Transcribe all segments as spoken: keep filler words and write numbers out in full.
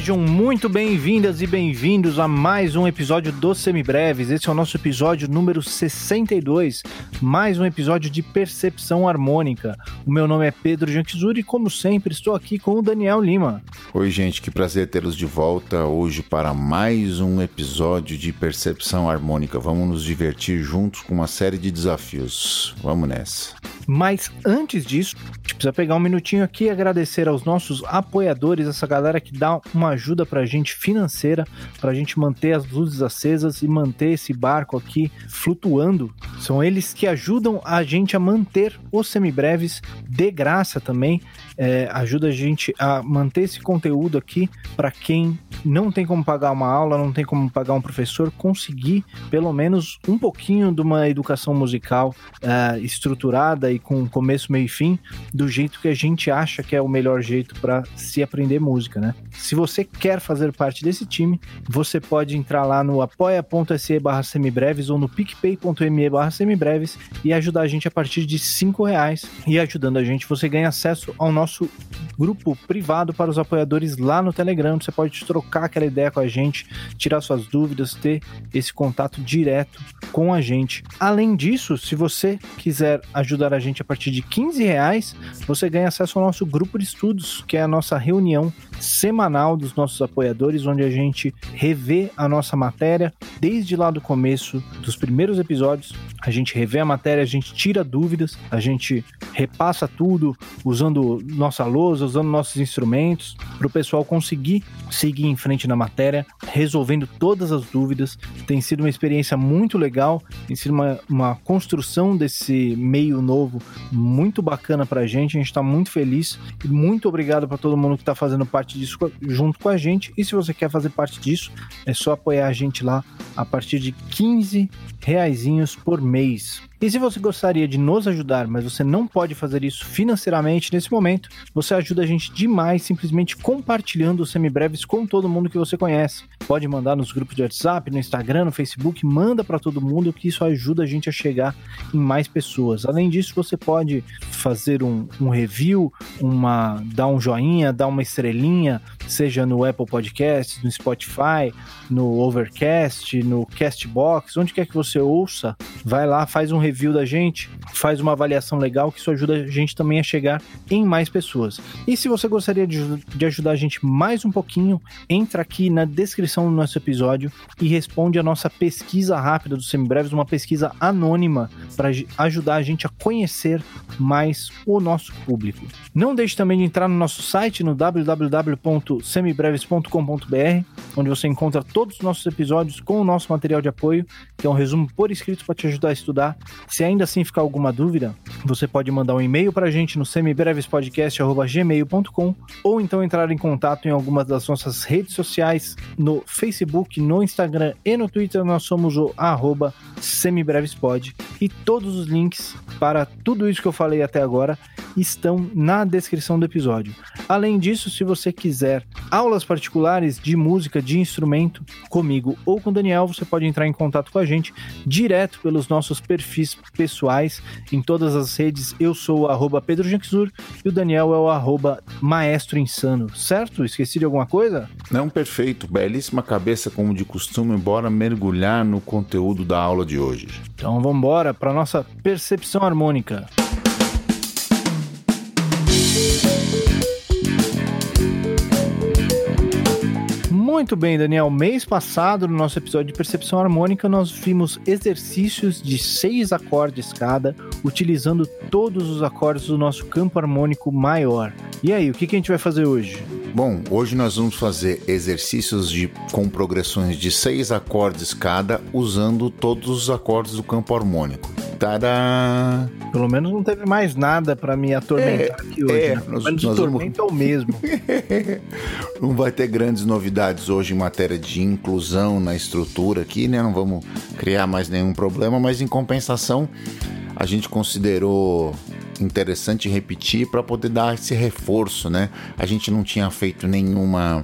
Sejam muito bem-vindas e bem-vindos a mais um episódio do Semibreves. Esse é o nosso episódio número sessenta e dois, mais um episódio de Percepção Harmônica. O meu nome é Pedro Janquizuri e, como sempre, estou aqui com o Daniel Lima. Oi, gente, que prazer tê-los de volta hoje para mais um episódio de Percepção Harmônica. Vamos nos divertir juntos com uma série de desafios. Vamos nessa. Mas antes disso, a gente precisa pegar um minutinho aqui e agradecer aos nossos apoiadores, essa galera que dá uma ajuda pra gente financeira, pra gente manter as luzes acesas e manter esse barco aqui flutuando. São eles que ajudam a gente a manter os Semibreves de graça também. É, ajuda a gente a manter esse conteúdo aqui para quem não tem como pagar uma aula, não tem como pagar um professor, conseguir pelo menos um pouquinho de uma educação musical uh, estruturada e com começo, meio e fim, do jeito que a gente acha que é o melhor jeito para se aprender música, né? Se você quer fazer parte desse time, você pode entrar lá no apoia.se barra semibreves ou no picpay.me barra semibreves e ajudar a gente a partir de cinco reais. E ajudando a gente, você ganha acesso ao nosso grupo privado para os apoiadores lá no Telegram. Você pode trocar aquela ideia com a gente, tirar suas dúvidas, ter esse contato direto com a gente. Além disso, se você quiser ajudar a gente a partir de quinze reais, você ganha acesso ao nosso grupo de estudos, que é a nossa reunião semanal dos nossos apoiadores, onde a gente revê a nossa matéria desde lá do começo, dos primeiros episódios. A gente revê a matéria, a gente tira dúvidas, a gente repassa tudo usando nossa lousa, usando nossos instrumentos, para o pessoal conseguir seguir em frente na matéria, resolvendo todas as dúvidas. Tem sido uma experiência muito legal, tem sido uma, uma construção desse meio novo muito bacana pra gente. A gente está muito feliz e muito obrigado para todo mundo que está fazendo parte disso junto com a gente. E se você quer fazer parte disso, é só apoiar a gente lá a partir de quinze reaisinhos por mês. E se você gostaria de nos ajudar, mas você não pode fazer isso financeiramente nesse momento, você ajuda a gente demais simplesmente compartilhando os Semibreves com todo mundo que você conhece. Pode mandar nos grupos de WhatsApp, no Instagram, no Facebook, manda para todo mundo, que isso ajuda a gente a chegar em mais pessoas. Além disso, você pode fazer um, um review, uma, dar um joinha, dar uma estrelinha, seja no Apple Podcasts, no Spotify, no Overcast, no Castbox, onde quer que você ouça, vai lá, faz um review da gente, faz uma avaliação legal, que isso ajuda a gente também a chegar em mais pessoas. E se você gostaria de, de ajudar a gente mais um pouquinho, entra aqui na descrição do nosso episódio e responde a nossa pesquisa rápida dos Semibreves, uma pesquisa anônima para ajudar a gente a conhecer mais o nosso público. Não deixe também de entrar no nosso site, no w w w ponto semibreves ponto com ponto b r, onde você encontra todos os nossos episódios com o nosso material de apoio, que é um resumo por escrito para te ajudar a estudar. Se ainda assim ficar alguma dúvida, você pode mandar um e-mail para a gente no semibrevespodcast arroba gmail ponto com ou então entrar em contato em algumas das nossas redes sociais, no Facebook, no Instagram e no Twitter. Nós somos o arroba semibrevespod e todos os links para tudo isso que eu falei até agora estão na descrição do episódio. Além disso, se você quiser aulas particulares de música, de instrumento, comigo ou com o Daniel, você pode entrar em contato com a gente direto pelos nossos perfis pessoais em todas as redes. Eu sou o arroba Pedro Janquizur e o Daniel é o arroba Maestro Insano, certo? Esqueci de alguma coisa? Não, perfeito. Belíssima cabeça, como de costume. Bora mergulhar no conteúdo da aula de hoje. Então vamos embora para nossa percepção harmônica. Muito bem, Daniel. Mês passado, no nosso episódio de Percepção Harmônica, nós vimos exercícios de seis acordes cada, utilizando todos os acordes do nosso campo harmônico maior. E aí, o que, que a gente vai fazer hoje? Bom, hoje nós vamos fazer exercícios de, com progressões de seis acordes cada, usando todos os acordes do campo harmônico. Tadá! Pelo menos não teve mais nada para me atormentar é, aqui hoje. É, né? nós, Pelo menos o tormento vamos... é o mesmo. Não vai ter grandes novidades hoje em matéria de inclusão na estrutura aqui, né? Não vamos criar mais nenhum problema, mas em compensação a gente considerou interessante repetir para poder dar esse reforço, né? A gente não tinha feito nenhuma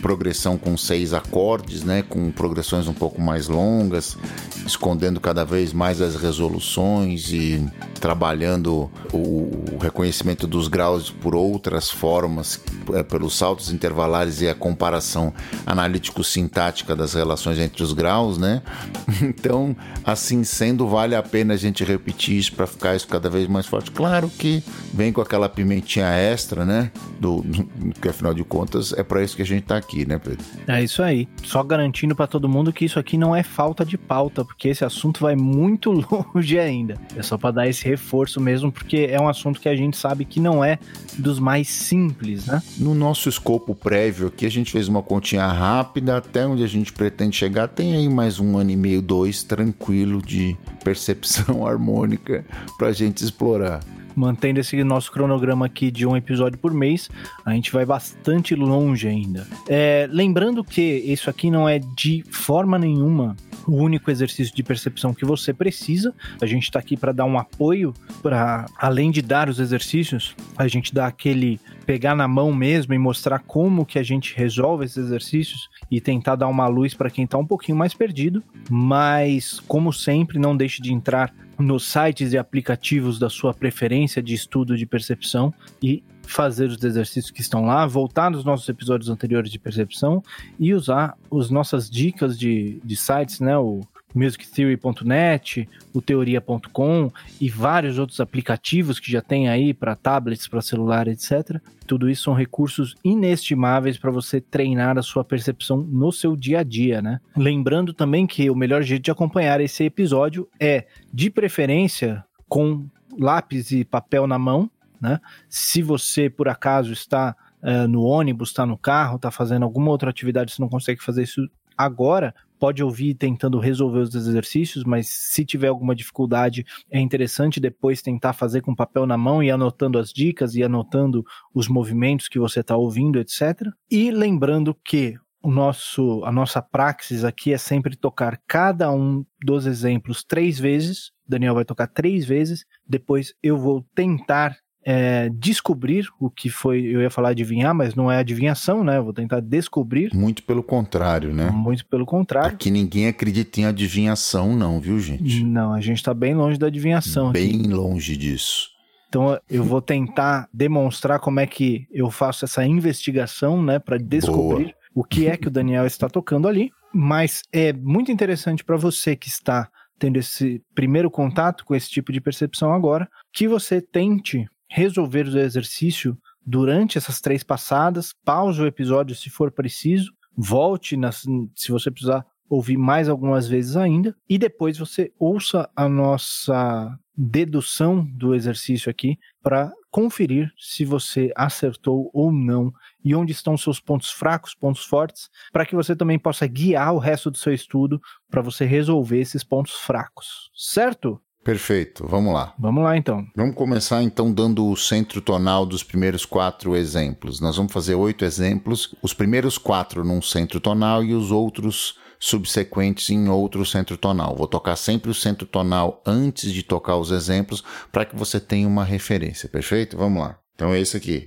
progressão com seis acordes, né, com progressões um pouco mais longas, escondendo cada vez mais as resoluções e trabalhando o, o reconhecimento dos graus por outras formas, é, pelos saltos intervalares e a comparação analítico-sintática das relações entre os graus, né? Então, assim sendo, vale a pena a gente repetir isso para ficar isso cada vez mais forte. Claro que vem com aquela pimentinha extra, né? Do, do, que afinal de contas é para isso que a gente tá aqui, né, Pedro? É isso aí. Só garantindo para todo mundo que isso aqui não é falta de pauta, porque esse assunto vai muito longe ainda. É só para dar esse reforço mesmo, porque é um assunto que a gente sabe que não é dos mais simples, né? No nosso escopo prévio aqui, a gente fez uma continha rápida, até onde a gente pretende chegar. Tem aí mais um ano e meio, dois, tranquilo, de percepção harmônica pra gente explorar. Mantendo esse nosso cronograma aqui de um episódio por mês, a gente vai bastante longe ainda. É, lembrando que isso aqui não é de forma nenhuma o único exercício de percepção que você precisa. A gente está aqui para dar um apoio, para além de dar os exercícios, a gente dá aquele pegar na mão mesmo e mostrar como que a gente resolve esses exercícios e tentar dar uma luz para quem está um pouquinho mais perdido. Mas, como sempre, não deixe de entrar nos sites e aplicativos da sua preferência de estudo de percepção e fazer os exercícios que estão lá, voltar nos nossos episódios anteriores de percepção e usar as nossas dicas de, de sites, né? O music theory ponto net, o teoria ponto com e vários outros aplicativos que já tem aí para tablets, para celular, etcétera. Tudo isso são recursos inestimáveis para você treinar a sua percepção no seu dia a dia, né? Lembrando também que o melhor jeito de acompanhar esse episódio é, de preferência, com lápis e papel na mão, né? Se você, por acaso, está uh, no ônibus, está no carro, está fazendo alguma outra atividade, você não consegue fazer isso agora, pode ouvir tentando resolver os exercícios, mas se tiver alguma dificuldade, é interessante depois tentar fazer com papel na mão e anotando as dicas e anotando os movimentos que você está ouvindo, etcétera. E lembrando que o nosso, a nossa praxis aqui é sempre tocar cada um dos exemplos três vezes. O Daniel vai tocar três vezes, depois eu vou tentar É, descobrir o que foi, eu ia falar adivinhar, mas não é adivinhação, né? Eu vou tentar descobrir. Muito pelo contrário, né? Muito pelo contrário. Aqui ninguém acredita em adivinhação não, viu, gente? Não, a gente tá bem longe da adivinhação. Bem aqui. longe disso. Então eu vou tentar demonstrar como é que eu faço essa investigação, né? Para descobrir Boa. O que é que o Daniel está tocando ali. Mas é muito interessante para você que está tendo esse primeiro contato com esse tipo de percepção agora, que você tente resolver o exercício durante essas três passadas, pause o episódio se for preciso, volte nas, se você precisar ouvir mais algumas vezes ainda, e depois você ouça a nossa dedução do exercício aqui para conferir se você acertou ou não e onde estão seus pontos fracos, pontos fortes, para que você também possa guiar o resto do seu estudo para você resolver esses pontos fracos, certo? Perfeito, vamos lá. Vamos lá, então. Vamos começar, então, dando o centro tonal dos primeiros quatro exemplos. Nós vamos fazer oito exemplos, os primeiros quatro num centro tonal e os outros subsequentes em outro centro tonal. Vou tocar sempre o centro tonal antes de tocar os exemplos, para que você tenha uma referência, perfeito? Vamos lá. Então é esse aqui.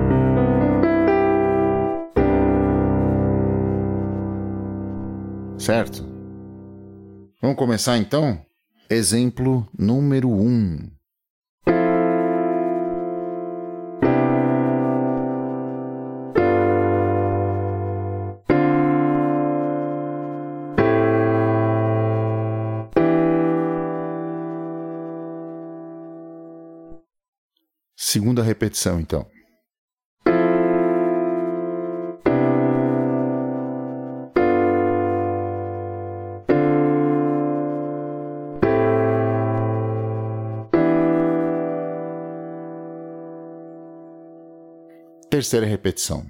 Certo? Vamos começar, então? Exemplo número um. Segunda repetição, então. Terceira repetição.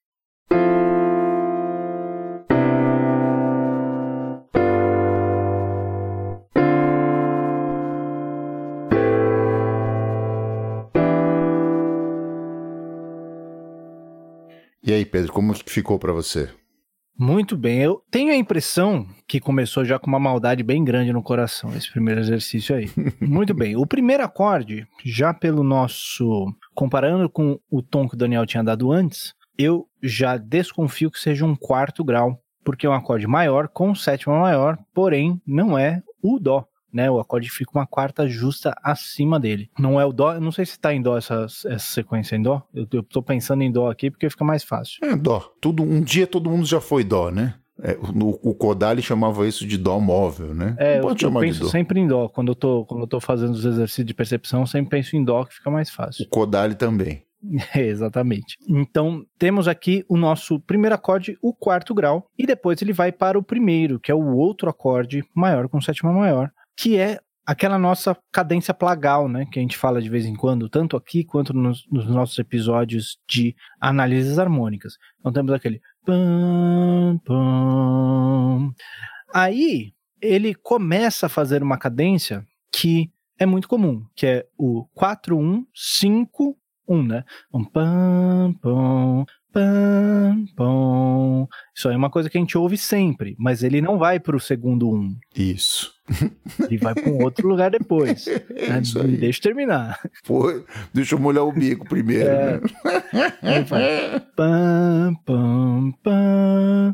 E aí, Pedro, como ficou para você? Muito bem, eu tenho a impressão que começou já com uma maldade bem grande no coração, esse primeiro exercício aí. Muito bem, o primeiro acorde, já pelo nosso... Comparando com o tom que o Daniel tinha dado antes, eu já desconfio que seja um quarto grau, porque é um acorde maior com sétima maior, porém não é o dó, né? O acorde fica uma quarta justa acima dele. Não é o dó, eu não sei se tá em dó essa, essa sequência em dó, eu, eu tô pensando em dó aqui porque fica mais fácil. É dó. Tudo, um dia todo mundo já foi dó, né? É, o, o Kodály chamava isso de dó móvel, né? É, Pode eu, eu chamar penso de dó. sempre em dó. Quando eu, tô, quando eu tô fazendo os exercícios de percepção, eu sempre penso em dó, que fica mais fácil. O Kodály também. É, exatamente. Então, temos aqui o nosso primeiro acorde, o quarto grau, e depois ele vai para o primeiro, que é o outro acorde maior com sétima maior, que é aquela nossa cadência plagal, né, que a gente fala de vez em quando, tanto aqui quanto nos, nos nossos episódios de análises harmônicas. Então temos aquele pam, pam. Aí ele começa a fazer uma cadência que é muito comum, que é o quatro um cinco um, né? Um pam, pam, pam, pam. Isso aí é uma coisa que a gente ouve sempre, mas ele não vai para o segundo um. Isso. Ele vai para um outro lugar depois. Né? Isso aí. Deixa eu terminar. Pô, deixa eu molhar o bico primeiro, É. né? Aí vai pam, pam, pam,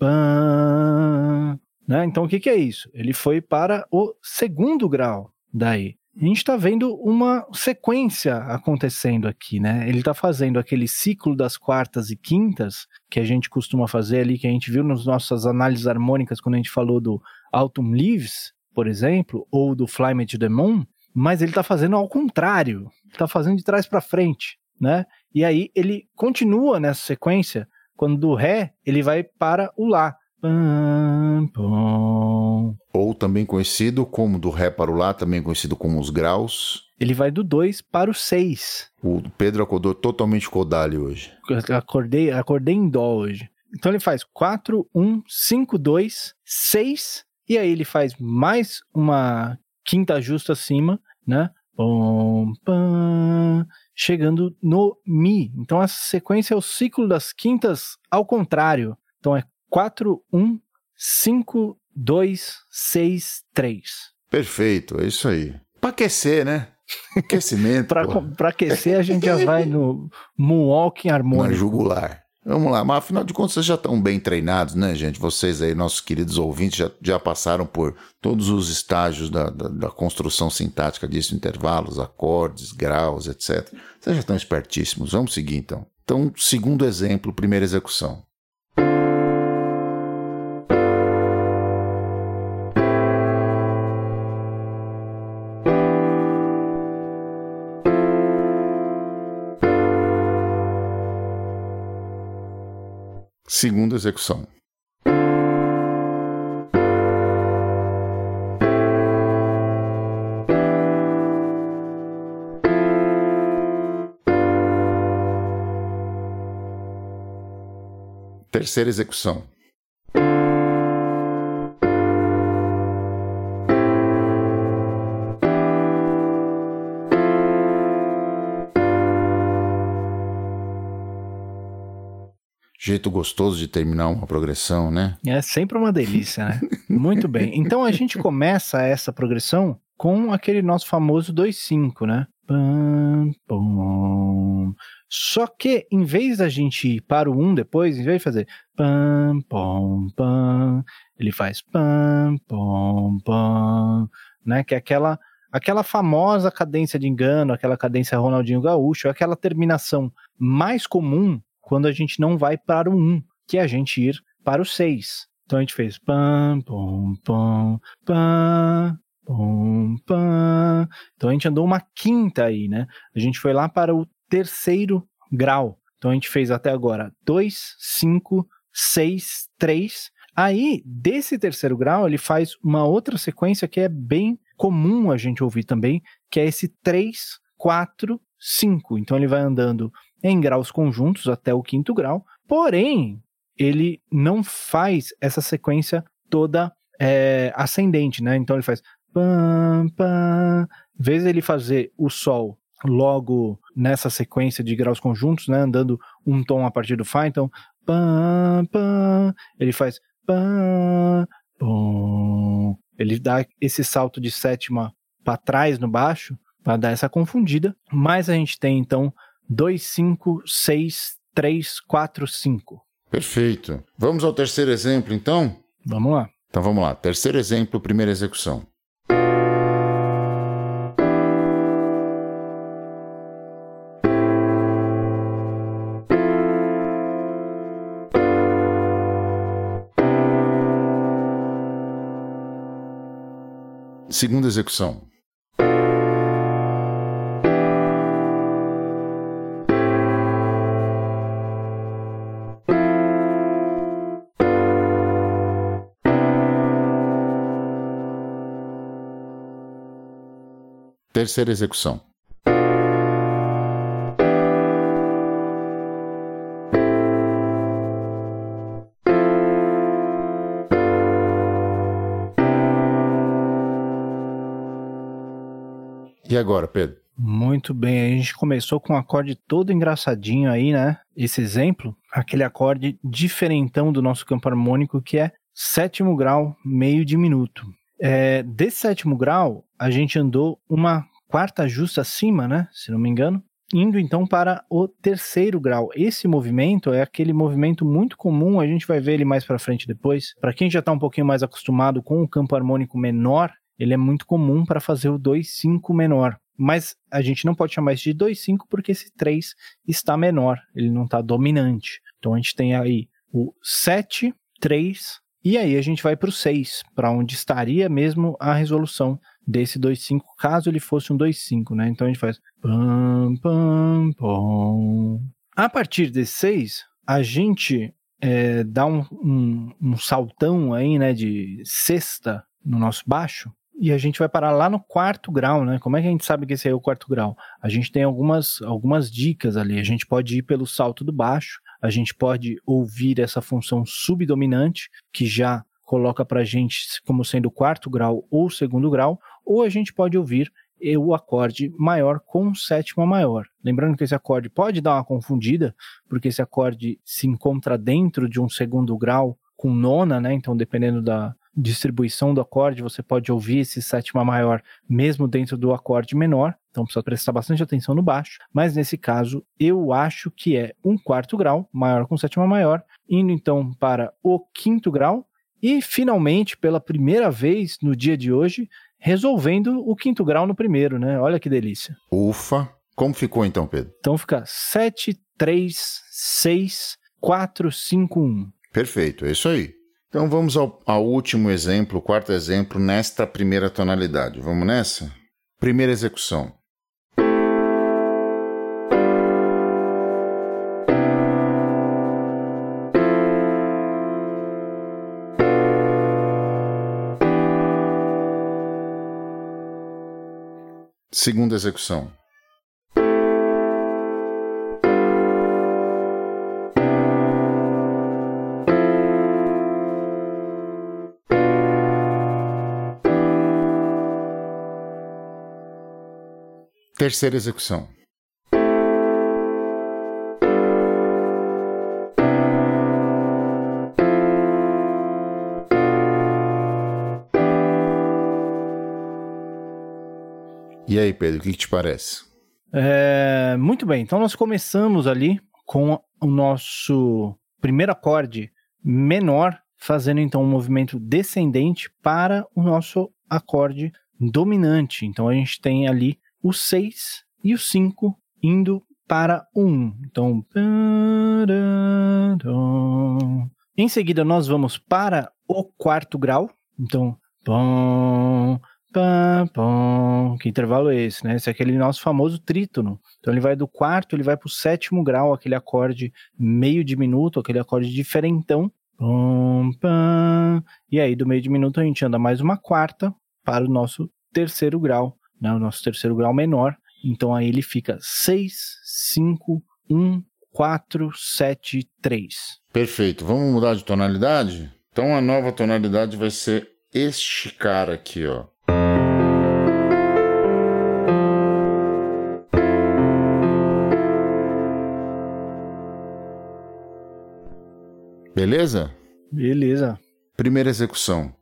pam. Né? Então o que, que é isso? Ele foi para o segundo grau daí. A gente está vendo uma sequência acontecendo aqui, né? Ele está fazendo aquele ciclo das quartas e quintas que a gente costuma fazer ali, que a gente viu nas nossas análises harmônicas quando a gente falou do Autumn Leaves, por exemplo, ou do Fly Me to the Moon, mas ele está fazendo ao contrário, está fazendo de trás para frente, né? E aí ele continua nessa sequência, quando do Ré ele vai para o Lá. Pam, pam. Ou também conhecido como do Ré para o Lá, também conhecido como os graus. Ele vai do dois para o seis. O Pedro acordou totalmente Kodály hoje. Acordei, acordei em dó hoje. Então ele faz quatro, um, cinco, dois, seis, e aí ele faz mais uma quinta justa acima, né? Pom, pam, chegando no Mi. Então essa sequência é o ciclo das quintas ao contrário. Então é quatro, um, cinco, dois, seis, três. Perfeito, é isso aí. Pra aquecer, né? Aquecimento. pra, pra aquecer, a gente já vai no Moonwalking harmônico. Na jugular. Vamos lá, mas afinal de contas vocês já estão bem treinados, né, gente? Vocês aí, nossos queridos ouvintes, já, já passaram por todos os estágios da, da, da construção sintática disso, intervalos, acordes, graus, etcétera. Vocês já estão espertíssimos. Vamos seguir, então. Então, segundo exemplo, primeira execução. Segunda execução. Terceira execução. Jeito gostoso de terminar uma progressão, né? É sempre uma delícia, né? Muito bem. Então a gente começa essa progressão com aquele nosso famoso dois cinco, né? Pam, pam. Só que, em vez da gente ir para o um depois, em vez de fazer pam, pam, pam, ele faz pam, pam, pam, né? Que é aquela, aquela famosa cadência de engano, aquela cadência Ronaldinho Gaúcho, aquela terminação mais comum quando a gente não vai para o um, que é a gente ir para o seis. Então a gente fez pam, pam, pam, pam, pam, pam. Então a gente andou uma quinta aí, né? A gente foi lá para o terceiro grau. Então a gente fez até agora dois, cinco, seis, três. Aí, desse terceiro grau, ele faz uma outra sequência que é bem comum a gente ouvir também, que é esse três, quatro, cinco. Então ele vai andando em graus conjuntos até o quinto grau, porém, ele não faz essa sequência toda é, ascendente, né? Então ele faz pam, pam. Em vez de ele fazer o Sol logo nessa sequência de graus conjuntos, né? Andando um tom a partir do Fá, então pam, pam. Ele faz pam, pam. Ele dá esse salto de sétima para trás no baixo, para dar essa confundida, mas a gente tem então dois, cinco, seis, três, quatro, cinco. Perfeito. Vamos ao terceiro exemplo, então? Vamos lá. Então vamos lá. Terceiro exemplo, primeira execução. Segunda execução. Terceira execução. E agora, Pedro? Muito bem, a gente começou com um acorde todo engraçadinho aí, né? Esse exemplo, aquele acorde diferentão do nosso campo harmônico, que é sétimo grau, meio diminuto. É, desse sétimo grau, a gente andou uma quarta justa acima, né? Se não me engano, indo então para o terceiro grau. Esse movimento é aquele movimento muito comum, a gente vai ver ele mais para frente depois. Para quem já está um pouquinho mais acostumado com o campo harmônico menor, ele é muito comum para fazer o dois cinco menor. Mas a gente não pode chamar isso de dois cinco porque esse três está menor, ele não está dominante. Então a gente tem aí o sete, três, e aí a gente vai para o seis, para onde estaria mesmo a resolução desse dois cinco, caso ele fosse um dois cinco, né? Então a gente faz pam, pam, pam. A partir desse seis, a gente é, dá um, um, um saltão aí, né, de sexta no nosso baixo, e a gente vai parar lá no quarto grau, né? Como é que a gente sabe que esse aí é o quarto grau? A gente tem algumas, algumas dicas ali. A gente pode ir pelo salto do baixo, a gente pode ouvir essa função subdominante, que já coloca pra gente como sendo o quarto grau ou segundo grau, ou a gente pode ouvir o acorde maior com sétima maior. Lembrando que esse acorde pode dar uma confundida, porque esse acorde se encontra dentro de um segundo grau com nona, né? Então, dependendo da distribuição do acorde, você pode ouvir esse sétima maior mesmo dentro do acorde menor, então precisa prestar bastante atenção no baixo, mas nesse caso eu acho que é um quarto grau, maior com sétima maior, indo então para o quinto grau e finalmente, pela primeira vez no dia de hoje, resolvendo o quinto grau no primeiro, né? Olha que delícia. Ufa! Como ficou então, Pedro? Então fica sete, três, seis, quatro, cinco, um. Perfeito, é isso aí. Então vamos ao, ao último exemplo, o quarto exemplo, nesta primeira tonalidade. Vamos nessa? Primeira execução. Segunda execução. Terceira execução. E aí, Pedro, o que, que te parece? É, muito bem, então nós começamos ali com o nosso primeiro acorde menor, fazendo então um movimento descendente para o nosso acorde dominante. Então a gente tem ali o seis e o cinco indo para o um. Então, em seguida nós vamos para o quarto grau. Então, pom, pam, pom. Que intervalo é esse, né? Esse é aquele nosso famoso trítono. Então ele vai do quarto, ele vai para o sétimo grau, aquele acorde meio diminuto, aquele acorde diferentão. Pom, pam. E aí do meio diminuto a gente anda mais uma quarta para o nosso terceiro grau, né, o nosso terceiro grau menor, então aí ele fica seis, cinco, um, quatro, sete, três. Perfeito, vamos mudar de tonalidade? Então a nova tonalidade vai ser este cara aqui, ó. Beleza? Beleza. Primeira execução.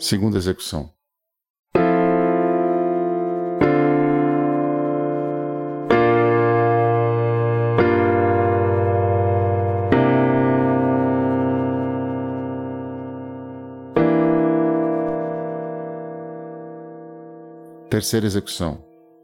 Segunda execução. Terceira execução.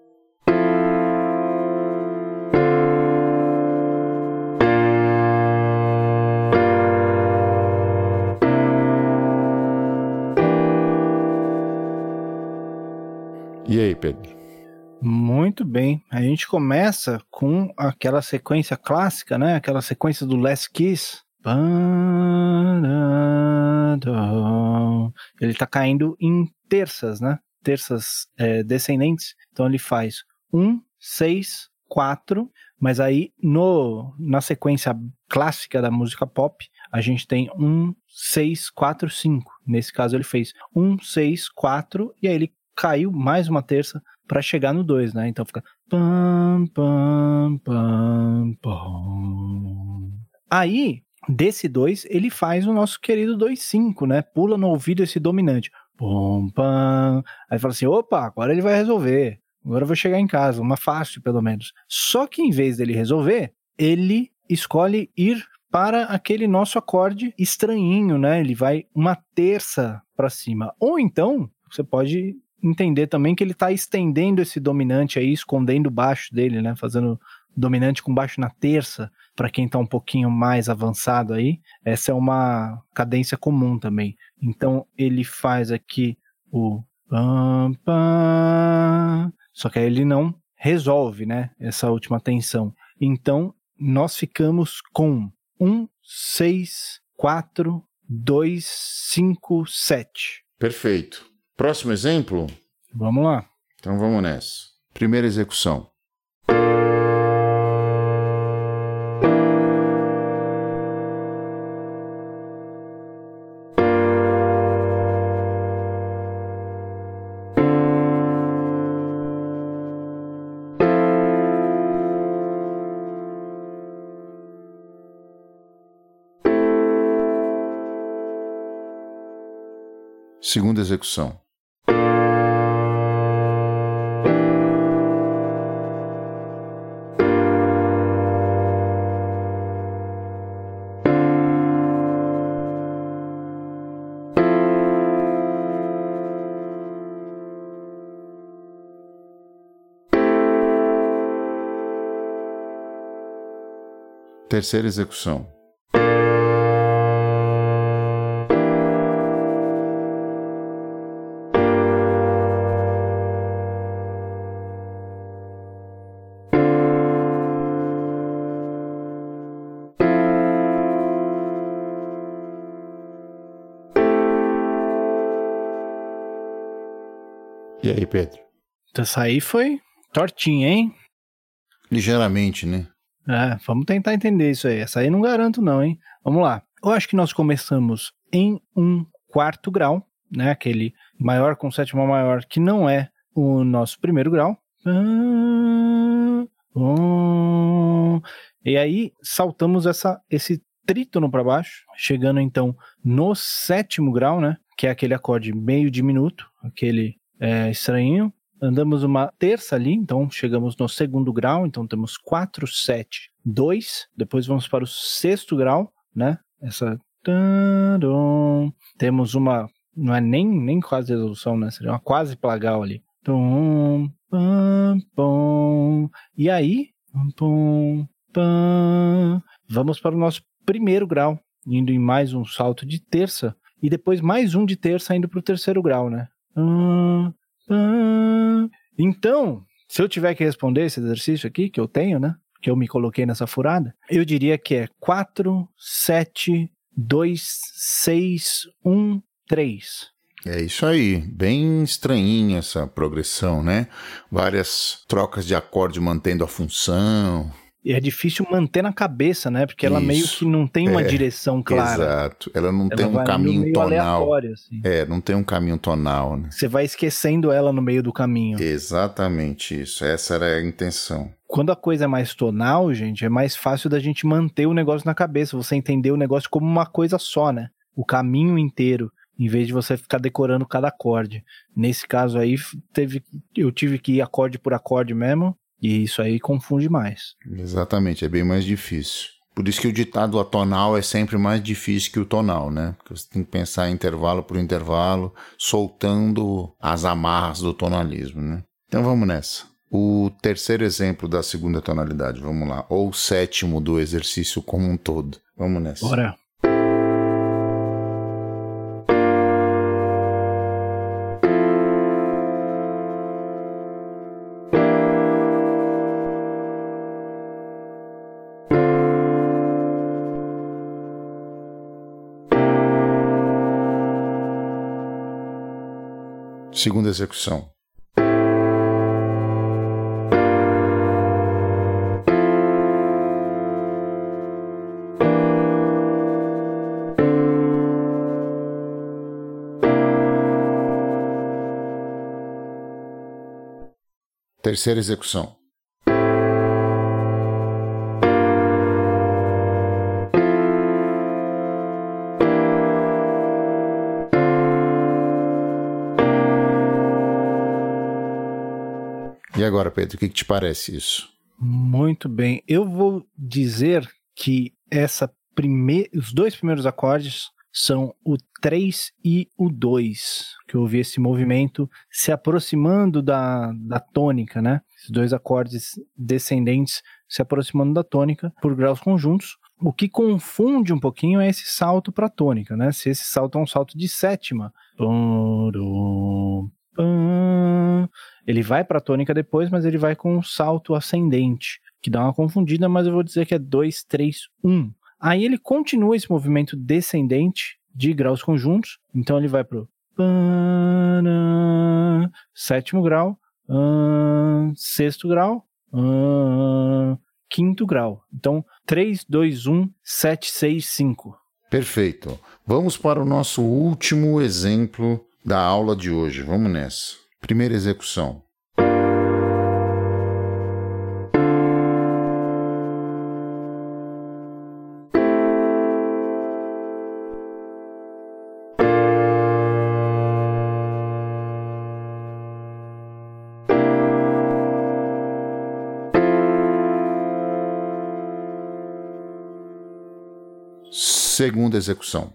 E aí, Pedro? Muito bem. A gente começa com aquela sequência clássica, né? Aquela sequência do Last Kiss. Ele tá caindo em terças, né? Terças é, descendentes. Então ele faz um, seis, quatro, mas aí no, na sequência clássica da música pop, a gente tem um, seis, quatro, cinco. Nesse caso ele fez um, seis, quatro, e aí ele caiu mais uma terça para chegar no dois, né? Então fica pam, pam, pam, pam. Aí, desse dois, ele faz o nosso querido dois, cinco, né? Pula no ouvido esse dominante. Pum, pam. Aí fala assim, opa, agora ele vai resolver. Agora eu vou chegar em casa, uma fácil pelo menos. Só que em vez dele resolver, ele escolhe ir para aquele nosso acorde estranhinho, né? Ele vai uma terça para cima. Ou então, você pode entender também que ele está estendendo esse dominante aí, escondendo o baixo dele, né? Fazendo dominante com baixo na terça, para quem está um pouquinho mais avançado aí. Essa é uma cadência comum também. Então ele faz aqui o pam, pam, só que aí ele não resolve, né, essa última tensão. Então nós ficamos com um, seis, quatro, dois, cinco, sete. Perfeito. Próximo exemplo? Vamos lá. Então vamos nessa. Primeira execução. Segunda execução. Terceira execução. E aí, Pedro? Essa aí foi tortinha, hein? Ligeiramente, né? É, vamos tentar entender isso aí. Essa aí não garanto não, hein? Vamos lá. Eu acho que nós começamos em um quarto grau, né? Aquele maior com sétima maior, que não é o nosso primeiro grau. E aí saltamos essa, esse trítono para baixo, chegando então no sétimo grau, né? Que é aquele acorde meio diminuto, aquele é, estranhinho. Andamos uma terça ali, então chegamos no segundo grau, então temos quatro, sete, dois, depois vamos para o sexto grau, né? Essa... Temos uma, não é nem, nem quase resolução, né? Seria uma quase plagal ali. E aí, vamos para o nosso primeiro grau, indo em mais um salto de terça, e depois mais um de terça indo para o terceiro grau, né? Então, se eu tiver que responder esse exercício aqui, que eu tenho, né? Que eu me coloquei nessa furada, eu diria que é quatro, sete, dois, seis, um, três. É isso aí, bem estranhinha essa progressão, né? Várias trocas de acorde mantendo a função. E é difícil manter na cabeça, né? Porque ela Isso. meio que não tem uma é, direção clara. Exato, ela não ela tem um caminho tonal. Assim. É, não tem um caminho tonal, né? Você vai esquecendo ela no meio do caminho. Exatamente isso, essa era a intenção. Quando a coisa é mais tonal, gente, é mais fácil da gente manter o negócio na cabeça, você entender o negócio como uma coisa só, né? O caminho inteiro. em vez de você ficar decorando cada acorde. Nesse caso aí, teve, eu tive que ir acorde por acorde mesmo, e isso aí confunde mais. Exatamente, é bem mais difícil. Por isso que o ditado atonal é sempre mais difícil que o tonal, né? Porque você tem que pensar intervalo por intervalo, soltando as amarras do tonalismo, né? Então vamos nessa. O terceiro exemplo da segunda tonalidade, vamos lá. Ou o sétimo do exercício como um todo. Vamos nessa. Bora. Segunda execução. Terceira execução. E agora, Pedro, o que, que te parece isso? Muito bem. Eu vou dizer que essa prime... os dois primeiros acordes são o três e o dois, que eu ouvi esse movimento se aproximando da, da tônica, né? Esses dois acordes descendentes se aproximando da tônica por graus conjuntos. O que confunde um pouquinho é esse salto para a tônica, né? Se esse salto é um salto de sétima, ele vai para a tônica depois, mas ele vai com um salto ascendente, que dá uma confundida, mas eu vou dizer que é dois, três, um. Aí ele continua esse movimento descendente de graus conjuntos, então ele vai para o sétimo grau, sexto grau, quinto grau. Então, três, dois, um, sete, seis, cinco. Perfeito. Vamos para o nosso último exemplo da aula de hoje. Vamos nessa. Primeira execução. Segunda execução.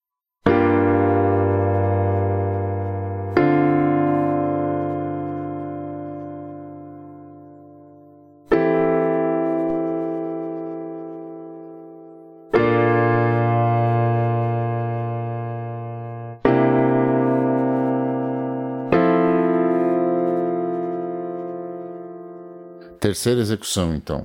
Terceira execução, então.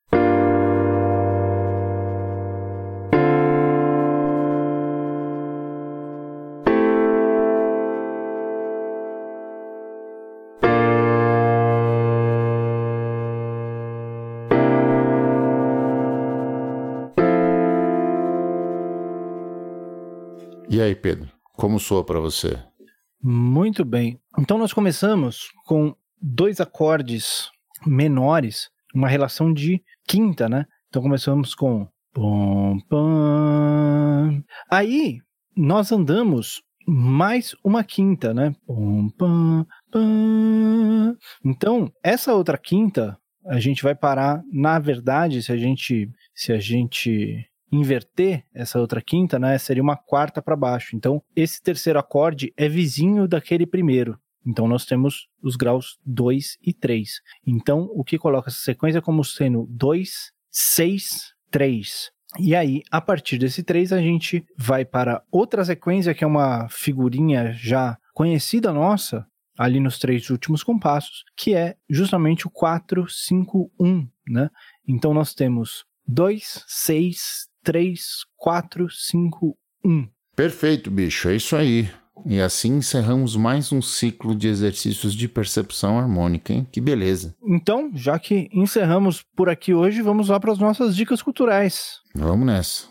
E aí, Pedro, como soa para você? Muito bem. Então nós começamos com dois acordes menores, uma relação de quinta, né? Então começamos com pom, pam. Aí nós andamos mais uma quinta, né? Pom, pam, pam. Então essa outra quinta a gente vai parar, na verdade, se a gente se a gente inverter essa outra quinta, né, seria uma quarta para baixo. Então, esse terceiro acorde é vizinho daquele primeiro. Então, nós temos os graus dois e três. Então, o que coloca essa sequência como sendo dois, seis, três. E aí, a partir desse três, a gente vai para outra sequência, que é uma figurinha já conhecida nossa, ali nos três últimos compassos, que é justamente o quatro, cinco, um, né? Então, nós temos dois, seis, três, quatro, cinco, um. Perfeito, bicho, é isso aí. E assim encerramos mais um ciclo de exercícios de percepção harmônica, hein? Que beleza. Então, já que encerramos por aqui hoje, vamos lá para as nossas dicas culturais. Vamos nessa.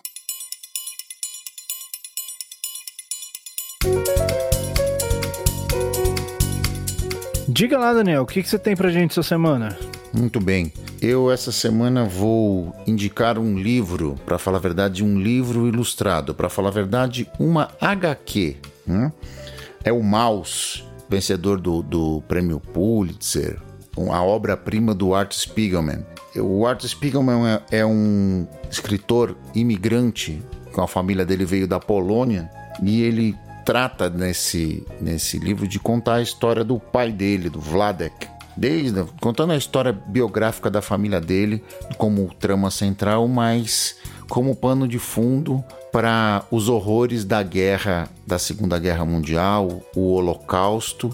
Diga lá, Daniel, o que, que você tem pra gente essa semana? Muito bem. Eu, essa semana, vou indicar um livro, para falar a verdade, um livro ilustrado. Para falar a verdade, uma agá quê. Né? É o Maus, vencedor do, do prêmio Pulitzer, a obra-prima do Art Spiegelman. O Art Spiegelman é, é um escritor imigrante, com a família dele veio da Polônia, e ele trata nesse, nesse livro de contar a história do pai dele, do Wladek, desde, contando a história biográfica da família dele como trama central, mas como pano de fundo para os horrores da guerra, da Segunda Guerra Mundial, o Holocausto,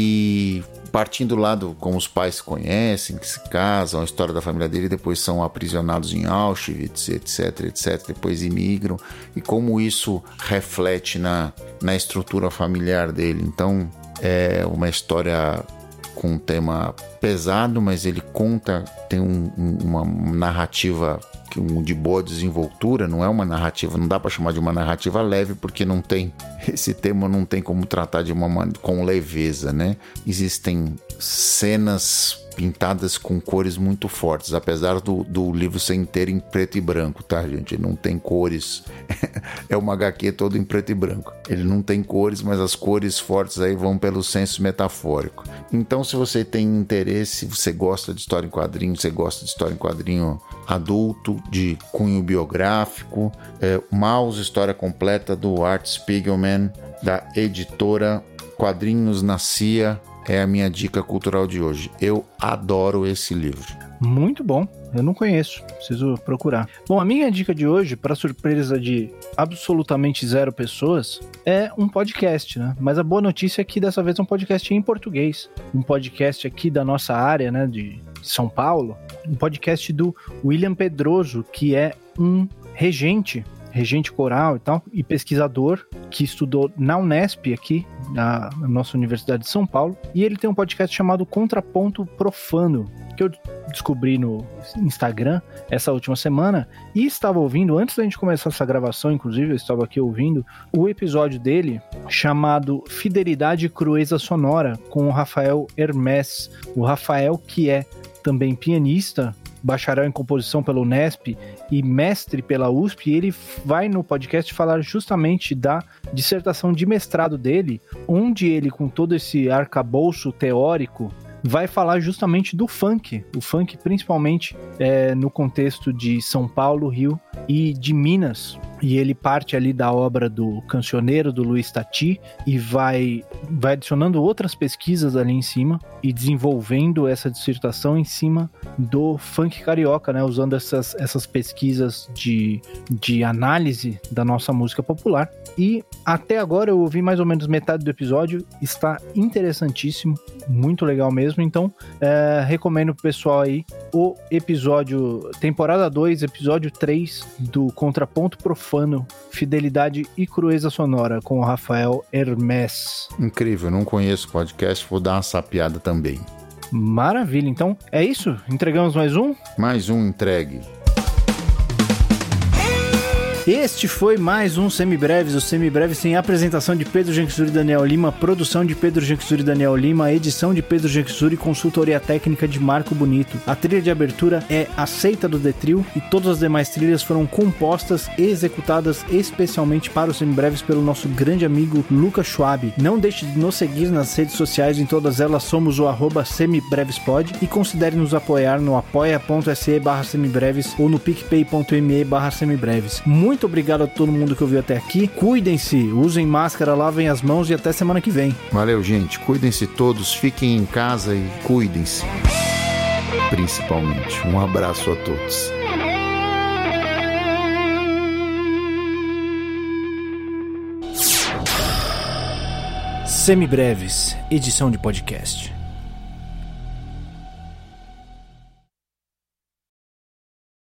e partindo lá do como os pais se conhecem, que se casam, a história da família dele, depois são aprisionados em Auschwitz, etc, etc, depois imigram, e como isso reflete na, na estrutura familiar dele. Então é uma história com um tema pesado, mas ele conta, tem um, um, uma narrativa um, de boa desenvoltura, não é uma narrativa, não dá para chamar de uma narrativa leve, porque não tem, esse tema não tem como tratar de uma, com leveza, né? Existem cenas pintadas com cores muito fortes, apesar do, do livro ser inteiro em preto e branco, tá, gente? Não tem cores, é uma agá quê todo em preto e branco. Ele não tem cores, mas as cores fortes aí vão pelo senso metafórico. Então, se você tem interesse, você gosta de história em quadrinho, você gosta de história em quadrinho adulto, de cunho biográfico, é, Maus, história completa do Art Spiegelman, da editora Quadrinhos na C I A, é a minha dica cultural de hoje. Eu adoro esse livro. Muito bom, eu não conheço, preciso procurar. Bom, a minha dica de hoje, para surpresa de absolutamente zero pessoas, é um podcast, né? Mas a boa notícia é que dessa vez é um podcast em português. Um podcast aqui da nossa área, né, de São Paulo. Um podcast do William Pedroso, que é um regente, regente coral e tal, e pesquisador que estudou na Unesp aqui, na nossa Universidade de São Paulo, e ele tem um podcast chamado Contraponto Profano, que eu descobri no Instagram essa última semana, e estava ouvindo, antes da gente começar essa gravação, inclusive, eu estava aqui ouvindo o episódio dele, chamado Fidelidade e Crueza Sonora, com o Rafael Hermès. O Rafael, que é também pianista, bacharel em composição pela Unesp e mestre pela U S P, e ele vai no podcast falar justamente da dissertação de mestrado dele, onde ele, com todo esse arcabouço teórico, vai falar justamente do funk, o funk principalmente é, no contexto de São Paulo, Rio e de Minas. E ele parte ali da obra do Cancioneiro, do Luiz Tati, e vai, vai adicionando outras pesquisas ali em cima e desenvolvendo essa dissertação em cima do funk carioca, né? Usando essas, essas pesquisas de, de análise da nossa música popular. E até agora eu ouvi mais ou menos metade do episódio, está interessantíssimo, muito legal mesmo. Então é, recomendo pro pessoal aí o episódio, temporada dois, episódio três do Contraponto Profano, Fidelidade e Crueza Sonora, com o Rafael Hermès. Incrível, não conheço o podcast, vou dar uma sapiada também. Maravilha, então é isso? Entregamos mais um? Mais um entregue. Este foi mais um Semibreves, o Semibreves tem apresentação de Pedro Genxuri e Daniel Lima, produção de Pedro Genxuri e Daniel Lima, edição de Pedro Genxuri e consultoria técnica de Marco Bonito. A trilha de abertura é Aceita do Detril e todas as demais trilhas foram compostas e executadas especialmente para os Semibreves pelo nosso grande amigo Lucas Schwab. Não deixe de nos seguir nas redes sociais, em todas elas somos o arroba semibrevespod, e considere nos apoiar no apoia.se barra semibreves ou no picpay.me barra semibreves. Muito Muito obrigado a todo mundo que ouviu até aqui. Cuidem-se, usem máscara, lavem as mãos e até semana que vem. Valeu, gente. Cuidem-se todos, fiquem em casa e cuidem-se. Principalmente. Um abraço a todos. Semibreves, edição de podcast.